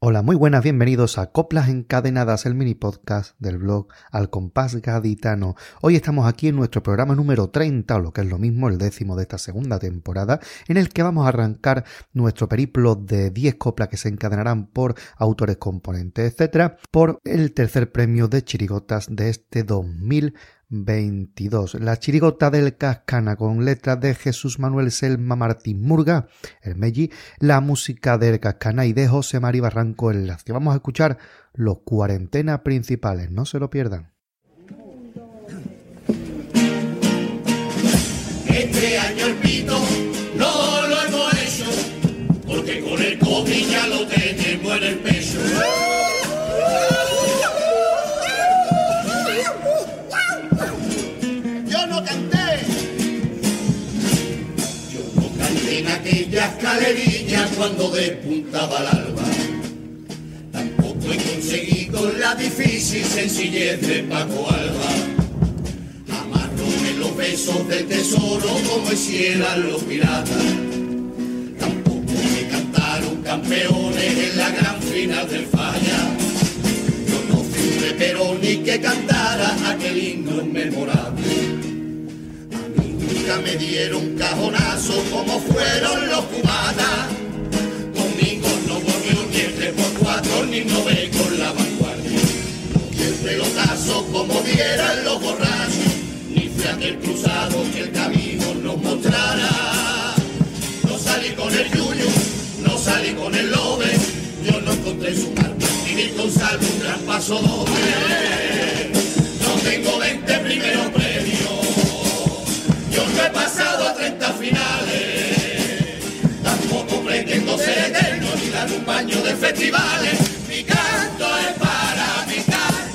Hola, muy buenas, bienvenidos a Coplas Encadenadas, el mini podcast del blog Al Compás Gaditano. Hoy estamos aquí en nuestro programa número 30, o lo que es lo mismo, el 10º de esta segunda temporada, en el que vamos a arrancar nuestro periplo de 10 coplas que se encadenarán por autores, componentes, etcétera, por el tercer premio de chirigotas de este 2022. La chirigota del Cascana, con letras de Jesús Manuel Selma Martín Murga, el Melli, la música del Cascana y de José Mari Barranco el Lacio. Vamos a escuchar los cuarentenas principales, no se lo pierdan. Este año el pito no lo hemos hecho, porque con el COVID ya lo tenemos en el pecho. En aquellas escalerilla cuando despuntaba el alba, tampoco he conseguido la difícil sencillez de Paco Alba. Amarróme los besos del tesoro como hicieran los piratas, tampoco me cantaron campeones en la gran final del Falla. Yo no fui un repero ni que cantara aquel himno memorable. Me dieron cajonazo como fueron los cubanas. Conmigo no volvió ni el 3x4 ni no ve con la vanguardia. Ni el pelotazo como dieran los borrachos, ni fue aquel cruzado que el camino nos mostrara. No salí con el yuyu, no salí con el lobe. Yo no encontré su marca, ni con salvo un gran paso doble. No tengo 20 primeros premios. Yo no he pasado a 30 finales, tampoco pretendo ser eterno ni dar un baño de festivales. Mi canto es para mis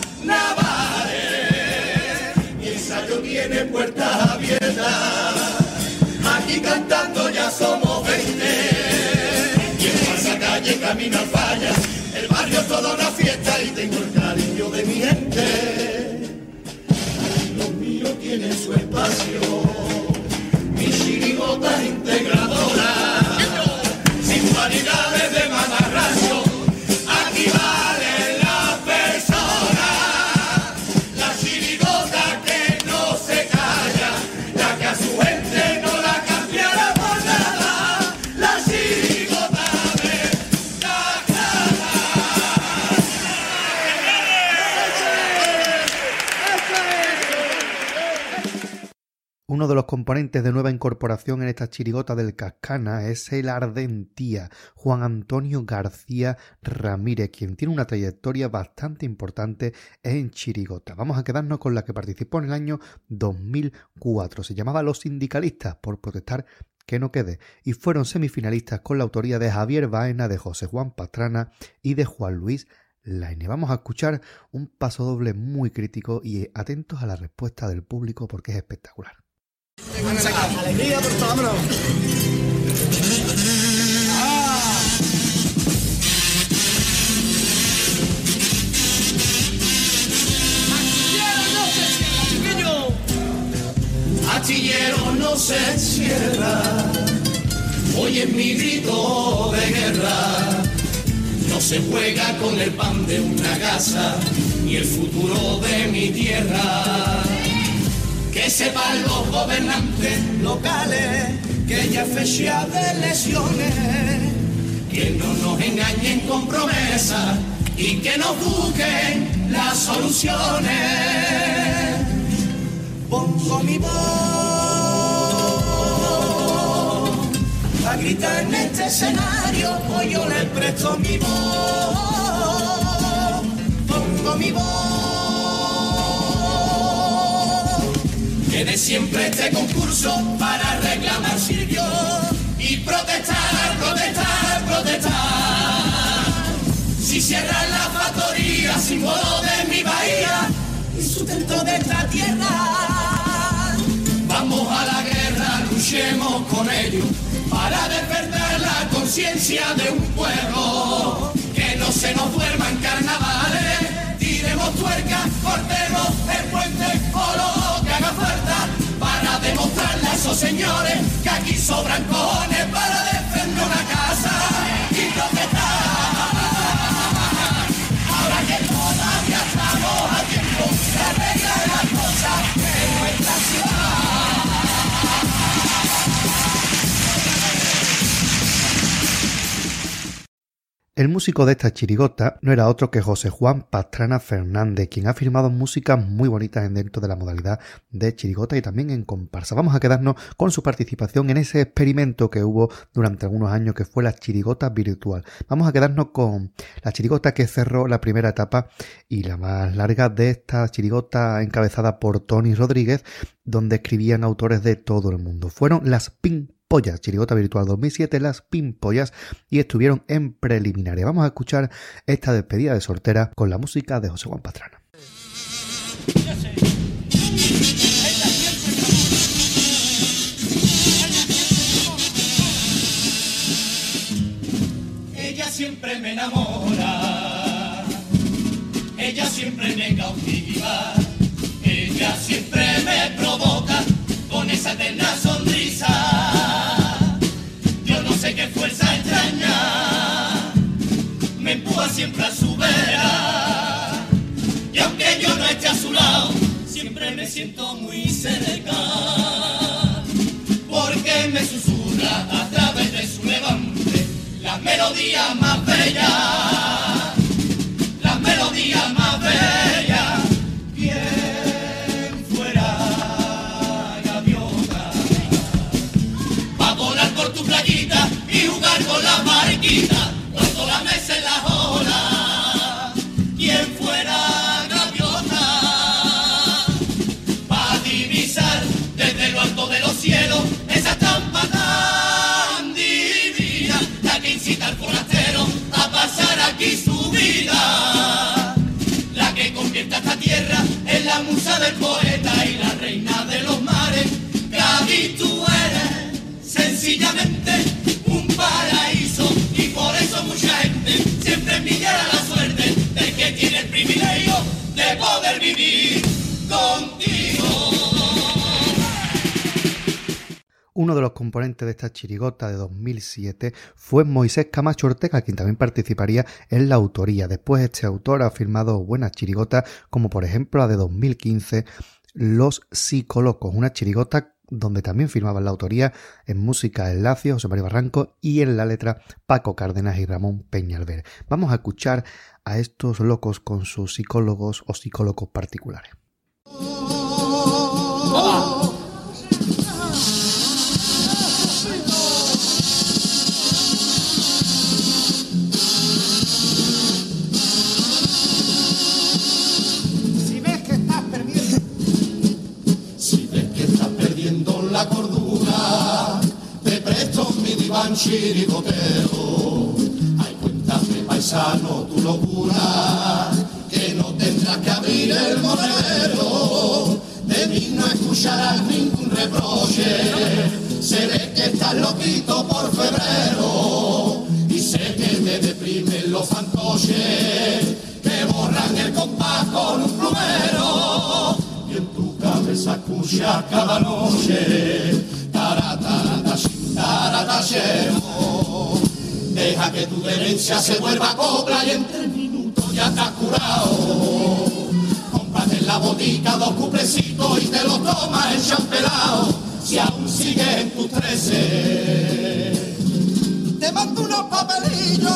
carnavales, mi ensayo tiene puertas abiertas. Aquí cantando ya somos 20, y en pasacalle camino al Falla, el barrio es toda una fiesta y tengo el cariño de mi gente. Lo mío tiene su espacio. Mi chirigota integradora, sin vanidades de mamarracho, aquí vale la persona. La chirigota que no se calla, la que a su gente no la cambiará por nada. La chirigota de la cara. Uno de los componentes de nueva incorporación en esta chirigota del Cascana es el ardentía Juan Antonio García Ramírez, quien tiene una trayectoria bastante importante en chirigota. Vamos a quedarnos con la que participó en el año 2004. Se llamaba Los Sindicalistas, por protestar que no quede, y fueron semifinalistas con la autoría de Javier Baena, de José Juan Pastrana y de Juan Luis Laine. Vamos a escuchar un paso doble muy crítico y atentos a la respuesta del público porque es espectacular. Alegría, por favor, vámonos. Astillero no se cierra, hoy es mi grito de guerra. No se juega con el pan de una casa, ni el futuro de mi tierra. Que sepan los gobernantes locales que ya es fecha de elecciones, que no nos engañen con promesas y que nos busquen las soluciones. Pongo mi voz a gritar en este escenario, hoy yo le presto mi voz. Pongo mi voz. Que de siempre este concurso para reclamar sirvió y protestar, protestar, protestar. Si cierran la factoría, símbolo de mi bahía y sustento de esta tierra, vamos a la guerra, luchemos con ellos para despertar la conciencia de un pueblo. Que no se nos duerman carnavales, tiremos tuerca, cortemos el puente o lo que haga falta para demostrarle a esos señores que aquí sobran cojones para defender una casa y protestar. El músico de esta chirigota no era otro que José Juan Pastrana Fernández, quien ha firmado músicas muy bonitas dentro de la modalidad de chirigota y también en comparsa. Vamos a quedarnos con su participación en ese experimento que hubo durante algunos años, que fue la chirigota virtual. Vamos a quedarnos con la chirigota que cerró la primera etapa y la más larga de esta chirigota, encabezada por Tony Rodríguez, donde escribían autores de todo el mundo. Fueron las Pimpollas, chirigota virtual 2007, las Pimpollas, y estuvieron en preliminares. Vamos a escuchar esta despedida de soltera con la música de José Juan Pastrana. Ella siempre me enamora, ella siempre me cautiva, ella siempre me provoca con esa eterna sonrisa. Yo no sé qué fuerza extraña me empuja siempre a su vera, y aunque yo no esté a su lado, siempre me siento muy cerca, porque me susurra a través de su levante las melodías más bellas, las melodías más bellas. ¿Quién fuera gaviota pa' volar por tu playita y jugar con la mariquita cuando la mesa en la ola? ¿Quién fuera gaviota pa' divisar desde lo alto de los cielos esa estampa tan divina, la que incita al forastero a pasar aquí su vida, la que convierte a esta tierra en la musa del poeta y la reina de los mares? Cádiz, tú eres sencillamente un paraíso, y por eso mucha gente siempre envidiará la suerte de que tiene el privilegio de poder vivir contigo. Uno de los componentes de esta chirigota de 2007 fue Moisés Camacho Ortega, quien también participaría en la autoría. Después este autor ha firmado buenas chirigotas, como por ejemplo la de 2015, Los Psicolocos, una chirigota donde también firmaban la autoría en música el Lacio, José María Barranco, y en la letra Paco Cárdenas y Ramón Peñalver. Vamos a escuchar a estos locos con sus psicólogos o psicólogos particulares. La cordura, te presto mi diván chirigotero. Ay, cuéntame, paisano, tu locura, que no tendrás que abrir el monedero. De mí no escucharás ningún reproche, se ve que estás loquito por febrero, y sé que te deprimen los fantoches que borran el compás con un plumero. Y en tu cabeza escucha cada noche taratashemo. Deja que tu demencia se vuelva copla y en 3 minutos ya estás curado. Cómprate en la botica 2 cuplecitos y te los tomas en champelao, si aún sigues en tus 13. Te mando unos papelillos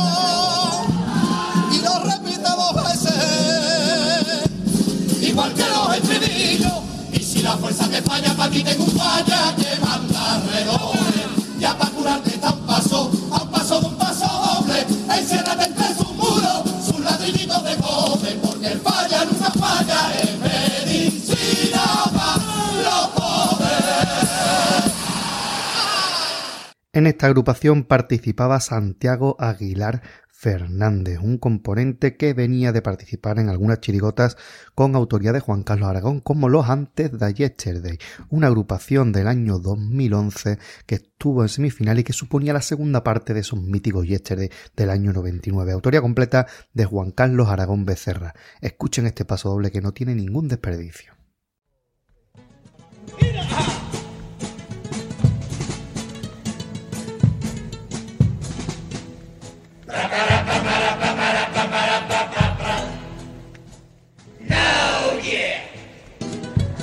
y los repite 2 veces, igual que los estribillos. Y si la fuerza te falla, pa' aquí tengo un falla que manda redoble. Ya pa' curarte está a un paso de un paso doble. Enciérrate entre sus muros, sus ladrillitos de cobre, porque el falla nunca falla, es medicina para los pobres. En esta agrupación participaba Santiago Aguilar Fernández, un componente que venía de participar en algunas chirigotas con autoría de Juan Carlos Aragón, como Los Antes de Yesterday, una agrupación del año 2011 que estuvo en semifinal y que suponía la segunda parte de esos míticos Yesterday del año 99, autoría completa de Juan Carlos Aragón Becerra. Escuchen este paso doble que no tiene ningún desperdicio.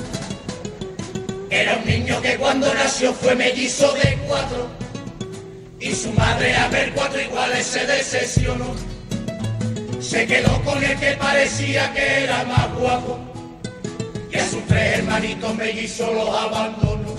Era un niño que cuando nació fue mellizo de 4, y su madre a ver 4 iguales se decepcionó. Se quedó con el que parecía que era más guapo y a sus 3 hermanitos mellizos los abandonó.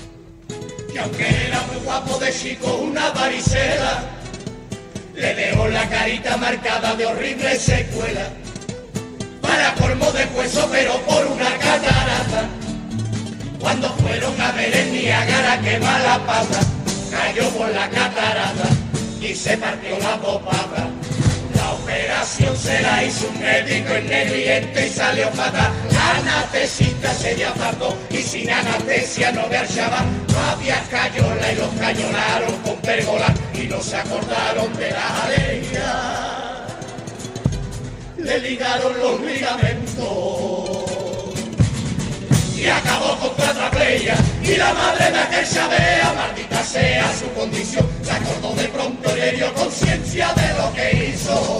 Y aunque era muy guapo de chico, una varicela le dejó la carita marcada de horrible secuela. Para colmo de hueso, pero por una catarata. Cuando fueron a ver el Niágara, que mala pata, cayó por la catarata y se partió la 2 patas. La operación se la hizo un médico en negligente y salió fatal. La anestesista se diafardó y sin anestesia no verchaba. No había cayola y los cañonaron con pergola y no se acordaron de la alegría. Le ligaron los ligamentos y acabó con tetraplegia. Y la madre de aquel Chabea, maldita sea su condición, se acordó de pronto y le dio conciencia de lo que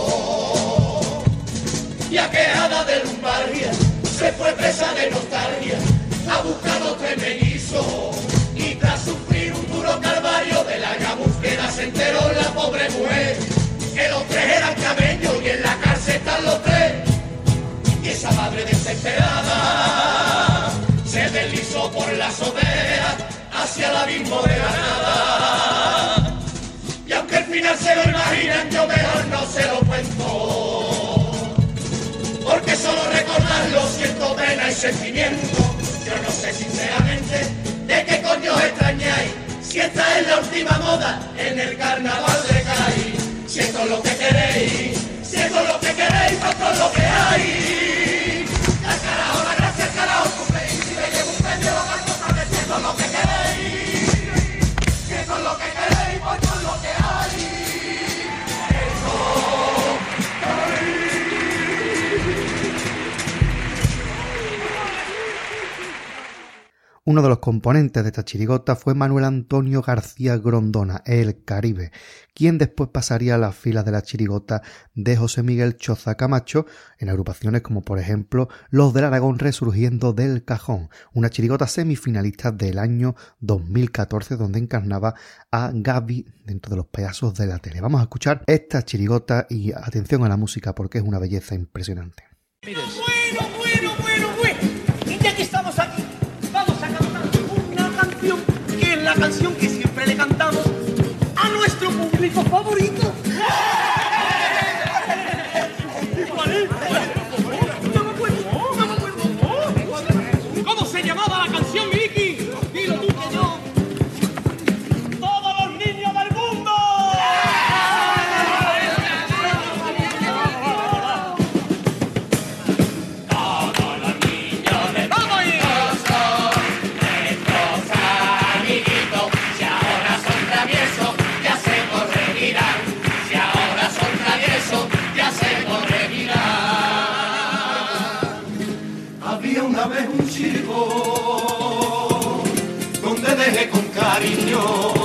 hizo. Y aquejada de lumbalgia, se fue presa de nostalgia a buscar los 3 mellizos. Y tras sufrir un duro calvario de larga búsqueda, se enteró la pobre mujer que los 3 eran camellos y en la cárcel están los 3. Y esa madre desesperada se deslizó por la azotea hacia el abismo de la nada. Y aunque al final se lo imaginan, yo mejor no se lo cuento, porque solo recordarlo siento pena y sentimiento. Yo no sé sinceramente de qué coño os extrañáis, si esta es la última moda en el carnaval de Cádiz. Si esto es lo que queréis, si esto es lo que queréis, pues esto es lo que hay. Al carajo la gracia, al carajo cumpleaños. Si me llevo un premio, lo gasto otra vez. Si esto es lo que queréis, si esto es lo que queréis, pues esto es lo que hay. Uno de los componentes de esta chirigota fue Manuel Antonio García Grondona, el Caribe, quien después pasaría a las filas de la chirigota de José Miguel Choza Camacho en agrupaciones como por ejemplo Los del Aragón Resurgiendo del Cajón, una chirigota semifinalista del año 2014 donde encarnaba a Gaby dentro de los payasos de la tele. Vamos a escuchar esta chirigota y atención a la música porque es una belleza impresionante. Bueno, y ya que estamos aquí, vamos a cantar una canción que es la canción que siempre le cantamos a nuestro público favorito. ¿Cuál es? No me acuerdo. ¿Cómo se llamaba la canción, Vicky? Dilo tú que yo. ¡Todos los niños del mundo! Una vez un chico donde dejé con cariño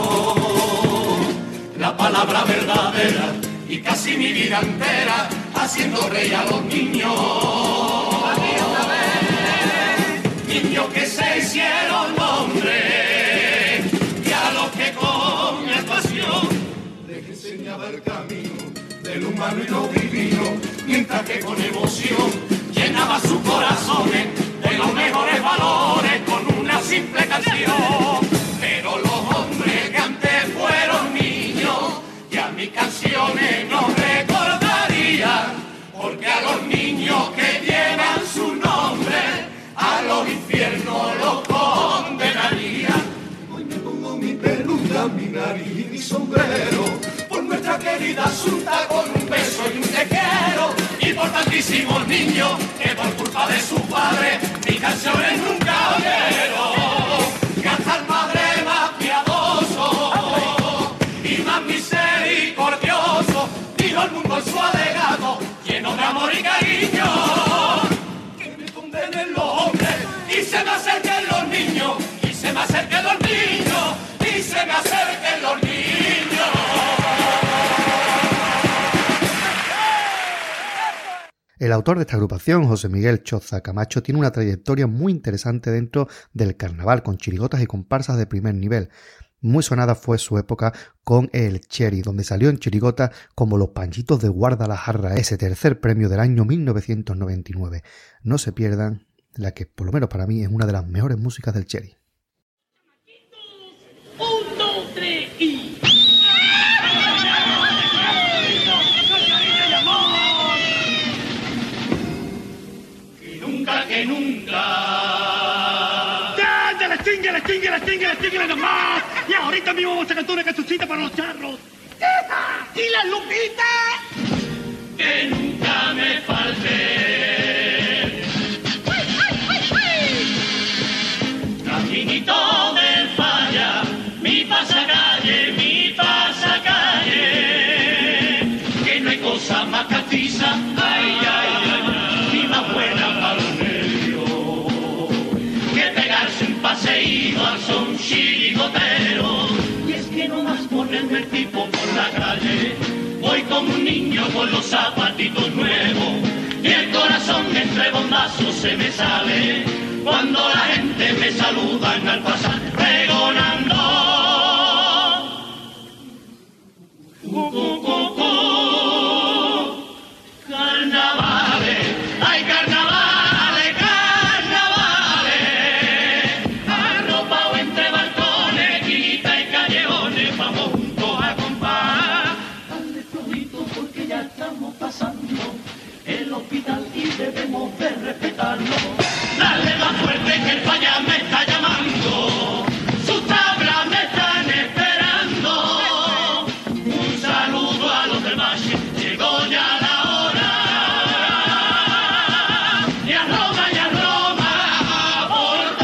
la palabra verdadera y casi mi vida entera haciendo reír a los niños. Había una vez niños que se hicieron hombres y a los que con pasión les enseñaba el camino del humano y lo divino, mientras que con emoción llenaba sus corazones de los mejores valores con una simple canción. Pero los hombres que antes fueron niños ya mis canciones no recordarían, porque a los niños que llevan su nombre a los infiernos los condenarían. Hoy me pongo mi peluca, mi nariz y mi sombrero por nuestra querida Asunta con un beso y un te quiero, y por tantísimos niños que por culpa de su padre mis canciones nunca oyeron. Que hasta el padre más piadoso y más misericordioso dijo el mundo en su alegato lleno de amor y cariño, que me condenen los hombres y se me acerquen los niños, y se me acerquen los niños, y se me acerquen los niños. El autor de esta agrupación, José Miguel Choza Camacho, tiene una trayectoria muy interesante dentro del carnaval, con chirigotas y comparsas de primer nivel. Muy sonada fue su época con el Cherry, donde salió en chirigotas como Los Panchitos de Guadalajara, ese tercer premio del año 1999. No se pierdan la que, por lo menos para mí, es una de las mejores músicas del Cherry. 1, 2, 3 y... Que nunca. ¡Ya! ¡La nomás! Y ahorita mismo vamos a cantar una cancioncita para los charros. ¡Y la Lupita! Que nunca me falte. Caminito del falla, mi pasacalle, que no hay cosa más castiza, ay, ay, ay, ni más buena para los nervios, que pegarse un paseído al son chirigotero. Y es que no más ponerme el tipo por la calle, voy como un niño con los zapatitos nuevos, y el corazón entre bombazos se me sale, cuando la gente me saluda al pasar, pregonando. Carnavales, ay carnavales, arropado entre balcones, quita y callejones, vamos juntos a compás. Dale flojito porque ya estamos pasando el hospital y debemos de respetarlo. Dale más fuerte que el falla me está llamando, sus tablas me están esperando. Un saludo a los del Valle, llegó ya la hora. Y a Roma, por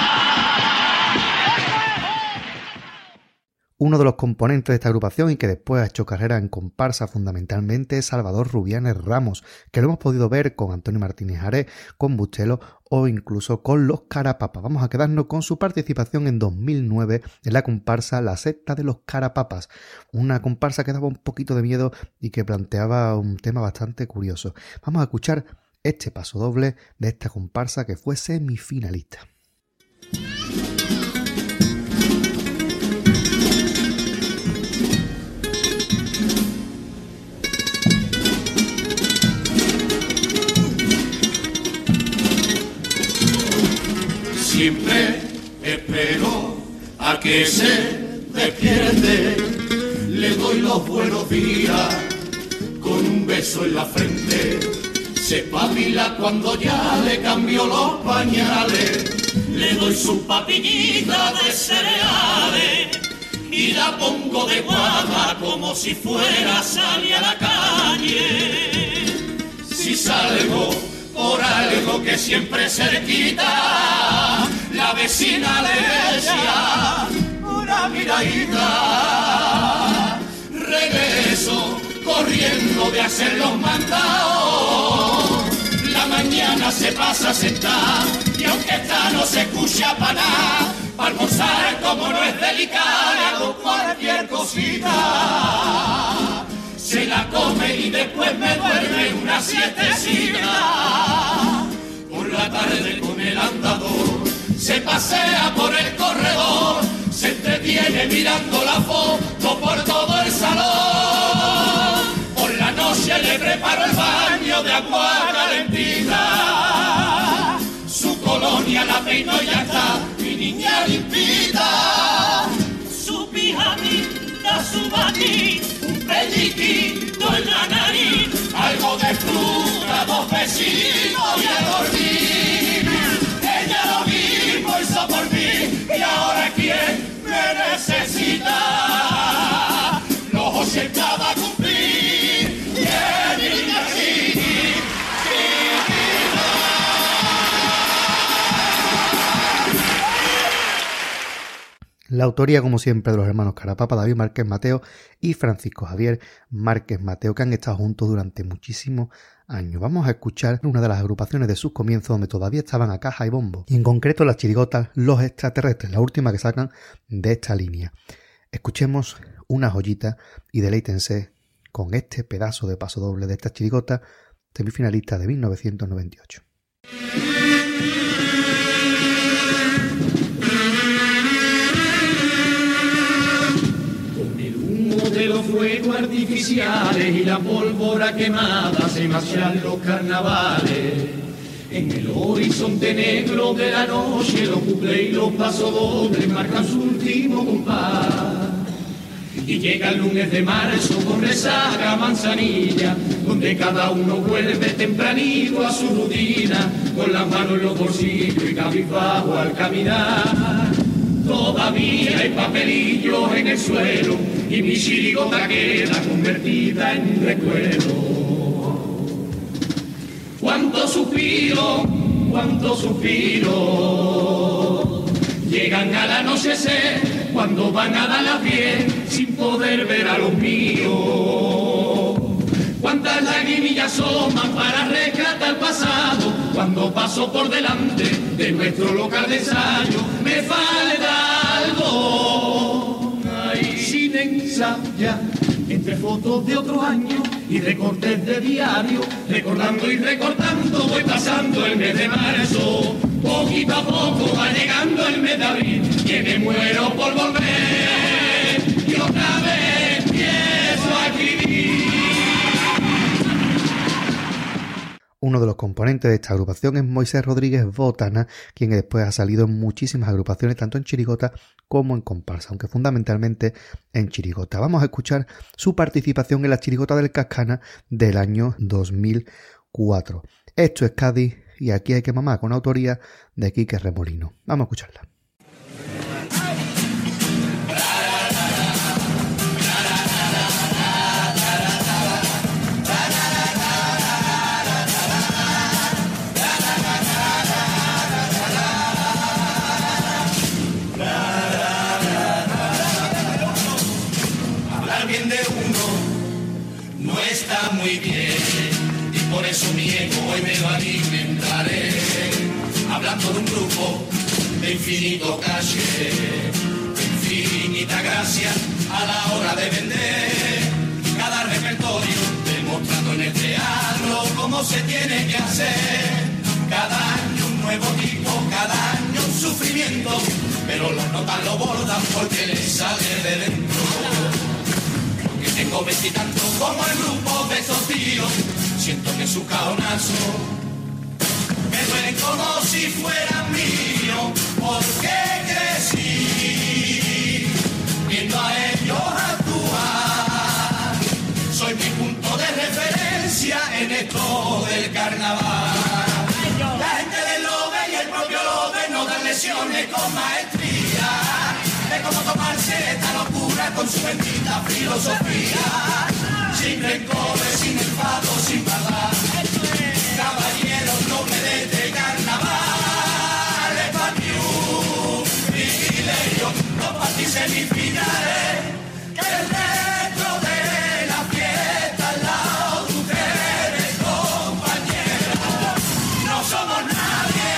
Uno de los componentes de esta agrupación y que después ha hecho carrera en comparsa fundamentalmente es Salvador Rubianes Ramos, que lo hemos podido ver con Antonio Martínez Ares, con Bustelo o incluso con los Carapapas. Vamos a quedarnos con su participación en 2009 en la comparsa La Secta de los Carapapas, una comparsa que daba un poquito de miedo y que planteaba un tema bastante curioso. Vamos a escuchar este paso doble de esta comparsa que fue semifinalista. Siempre espero a que se despierte, le doy los buenos días con un beso en la frente, se espabila cuando ya le cambio los pañales, le doy su papillita de cereales y la pongo de guapa como si fuera a salir a la calle. Si salgo por algo que siempre cerquita, la vecina le decía una miradita, regreso corriendo de hacer los mandados, la mañana se pasa sentada y aunque esta no se escucha para nada, para almorzar como no es delicada, le hago cualquier cosita, se la come y después me duerme una siestecita. Por la tarde con el andador se pasea por el corredor, se entretiene mirando la foto por todo el salón. Por la noche le preparo el baño de agua calentita, su colonia la peino y ya está, mi niña limpita. Su pijamita, su batín, un pelliquito en la nariz, algo de fruta, 2 besitos y a dormir. Ella lo mismo hizo por mí y ahora ¿quién me necesita? Los 80 va a cumplir, niña, La autoría, como siempre, de los hermanos Carapapa, David Márquez Mateo y Francisco Javier Márquez Mateo, que han estado juntos durante muchísimos años. Vamos a escuchar una de las agrupaciones de sus comienzos donde todavía estaban a caja y bombo, y en concreto las chirigotas Los Extraterrestres, la última que sacan de esta línea. Escuchemos una joyita y deleítense con este pedazo de paso doble de esta chirigota semifinalista de 1998. oficiales y la pólvora quemada se marchan los carnavales. En el horizonte negro de la noche los cuplés y los pasodobles marcan su último compás. Y llega el lunes de marzo con resaca Manzanilla, donde cada uno vuelve tempranito a su rutina, con las manos en los bolsillos y cabizbajo al caminar. Todavía hay papelillos en el suelo y mi chirigota queda convertida en recuerdo. Cuánto suspiro, llegan al anochecer cuando van a dar las 10 sin poder ver a los míos. Cuántas lagrimillas asoman para rescatar el pasado cuando paso por delante de nuestro local de ensayo. Me falta algo, ay, sin ensayar, entre fotos de otros años y recortes de diario, recordando y recortando, voy pasando el mes de marzo. Poquito a poco va llegando el mes de abril, que me muero por volver y otra vez empiezo a escribir. Uno de los componentes de esta agrupación es Moisés Rodríguez Botana, quien después ha salido en muchísimas agrupaciones, tanto en chirigota como en comparsa, aunque fundamentalmente en chirigota. Vamos a escuchar su participación en la chirigota del Cascana del año 2004. Esto es Cádiz y aquí hay que mamar, con autoría de Quique Remolino. Vamos a escucharla. Muy bien, y por eso mi ego hoy me lo alimentaré, hablando de un grupo de infinito calle, de infinita gracia a la hora de vender cada repertorio, demostrando en el teatro cómo se tiene que hacer. Cada año un nuevo tipo, cada año un sufrimiento, pero las notas lo bordan porque les sale de dentro. Tengo veintitantos como el grupo de esos tíos, siento que su cajonazo me duelen como si fueran míos, porque crecí viendo a ellos actuar. Soy mi punto de referencia en esto del carnaval. La gente del Lobe y el propio Lobe nos dan lesiones con maestría de cómo tomarse esta locura con su bendita filosofía, sin rencores, sin enfado, sin maldad. Caballeros, no me des de carnaval, es para mí un privilegio compartir semifinales, que el resto de la fiesta al lado de ustedes, compañeros, no somos nadie.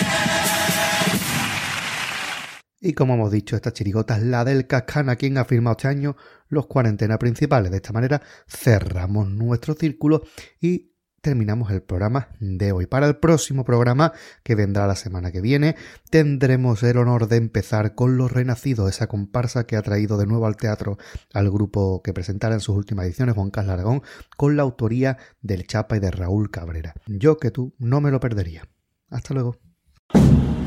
Y como hemos dicho, esta chirigota es la del Cascana, quien ha firmado este año los cuarentenas principales. De esta manera cerramos nuestro círculo y terminamos el programa de hoy. Para el próximo programa, que vendrá la semana que viene, tendremos el honor de empezar con Los Renacidos, esa comparsa que ha traído de nuevo al teatro al grupo que presentara en sus últimas ediciones, Juan Carlos Aragón, con la autoría del Chapa y de Raúl Cabrera. Yo que tú no me lo perdería. Hasta luego.